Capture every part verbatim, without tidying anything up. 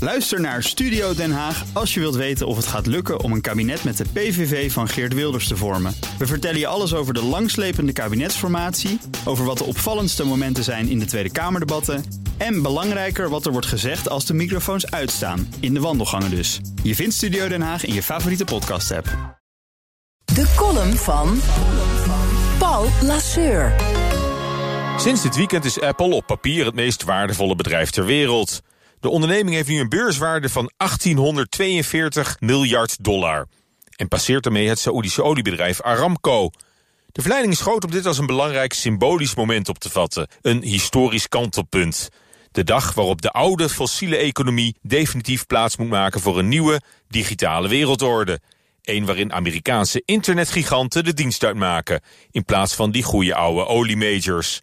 Luister naar Studio Den Haag als je wilt weten of het gaat lukken om een kabinet met de P V V van Geert Wilders te vormen. We vertellen je alles over de langslepende kabinetsformatie, over wat de opvallendste momenten zijn in de Tweede Kamerdebatten en belangrijker wat er wordt gezegd als de microfoons uitstaan, in de wandelgangen dus. Je vindt Studio Den Haag in je favoriete podcast-app. De column van Paul Lasseur. Sinds dit weekend is Apple op papier het meest waardevolle bedrijf ter wereld. De onderneming heeft nu een beurswaarde van achttienhonderdtweeënveertig miljard dollar. En passeert daarmee het Saoedische oliebedrijf Aramco. De verleiding is groot om dit als een belangrijk symbolisch moment op te vatten. Een historisch kantelpunt. De dag waarop de oude fossiele economie definitief plaats moet maken voor een nieuwe digitale wereldorde. Eén waarin Amerikaanse internetgiganten de dienst uitmaken, in plaats van die goede oude oliemajors.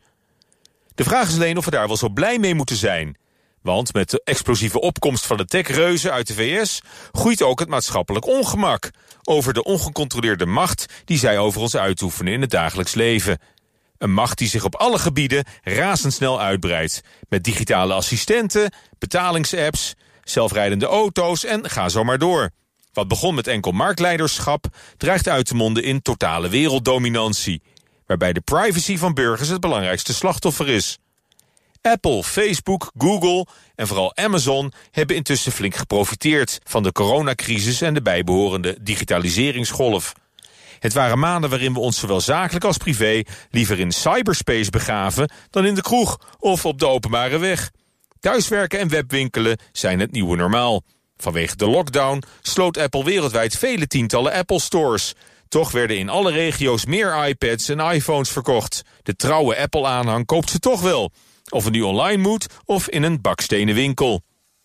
De vraag is alleen of we daar wel zo blij mee moeten zijn. Want met de explosieve opkomst van de techreuzen uit de V S groeit ook het maatschappelijk ongemak over de ongecontroleerde macht die zij over ons uitoefenen in het dagelijks leven. Een macht die zich op alle gebieden razendsnel uitbreidt, met digitale assistenten, betalingsapps, zelfrijdende auto's en ga zo maar door. Wat begon met enkel marktleiderschap dreigt uit te monden in totale werelddominantie, waarbij de privacy van burgers het belangrijkste slachtoffer is. Apple, Facebook, Google en vooral Amazon hebben intussen flink geprofiteerd van de coronacrisis en de bijbehorende digitaliseringsgolf. Het waren maanden waarin we ons zowel zakelijk als privé liever in cyberspace begaven dan in de kroeg of op de openbare weg. Thuiswerken en webwinkelen zijn het nieuwe normaal. Vanwege de lockdown sloot Apple wereldwijd vele tientallen Apple Stores. Toch werden in alle regio's meer iPads en iPhones verkocht. De trouwe Apple-aanhang koopt ze toch wel. Of het nu online moet of in een bakstenen winkel.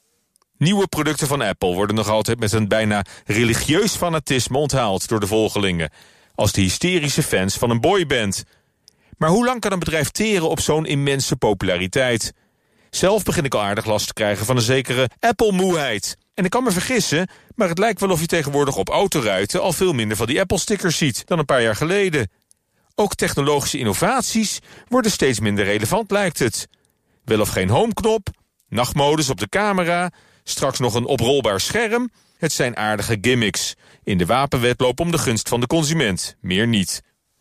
Nieuwe producten van Apple worden nog altijd met een bijna religieus fanatisme onthaald door de volgelingen. Als de hysterische fans van een boyband. Maar hoe lang kan een bedrijf teren op zo'n immense populariteit? Zelf begin ik al aardig last te krijgen van een zekere Apple-moeheid. En ik kan me vergissen, maar het lijkt wel of je tegenwoordig op autoruiten al veel minder van die Apple-stickers ziet dan een paar jaar geleden. Ook technologische innovaties worden steeds minder relevant, lijkt het. Wel of geen homeknop, nachtmodus op de camera, straks nog een oprolbaar scherm. Het zijn aardige gimmicks in de wapenwedloop om de gunst van de consument, meer niet.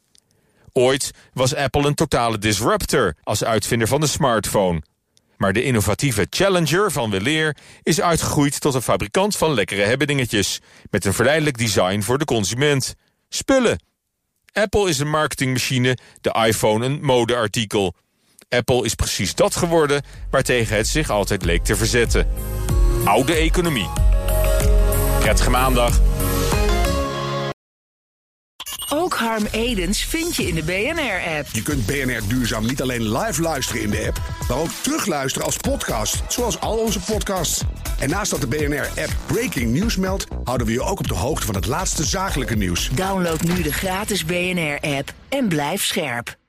Ooit was Apple een totale disruptor als uitvinder van de smartphone. Maar de innovatieve Challenger van weleer is uitgegroeid tot een fabrikant van lekkere hebbedingetjes, met een verleidelijk design voor de consument. Spullen. Apple is een marketingmachine, de iPhone een modeartikel. Apple is precies dat geworden waartegen het zich altijd leek te verzetten. Oude economie. Prettige maandag. Ook Harm Edens vind je in de B N R-app. Je kunt B N R Duurzaam niet alleen live luisteren in de app, maar ook terugluisteren als podcast, zoals al onze podcasts. En naast dat de B N R-app Breaking News meldt, houden we je ook op de hoogte van het laatste zakelijke nieuws. Download nu de gratis B N R-app en blijf scherp.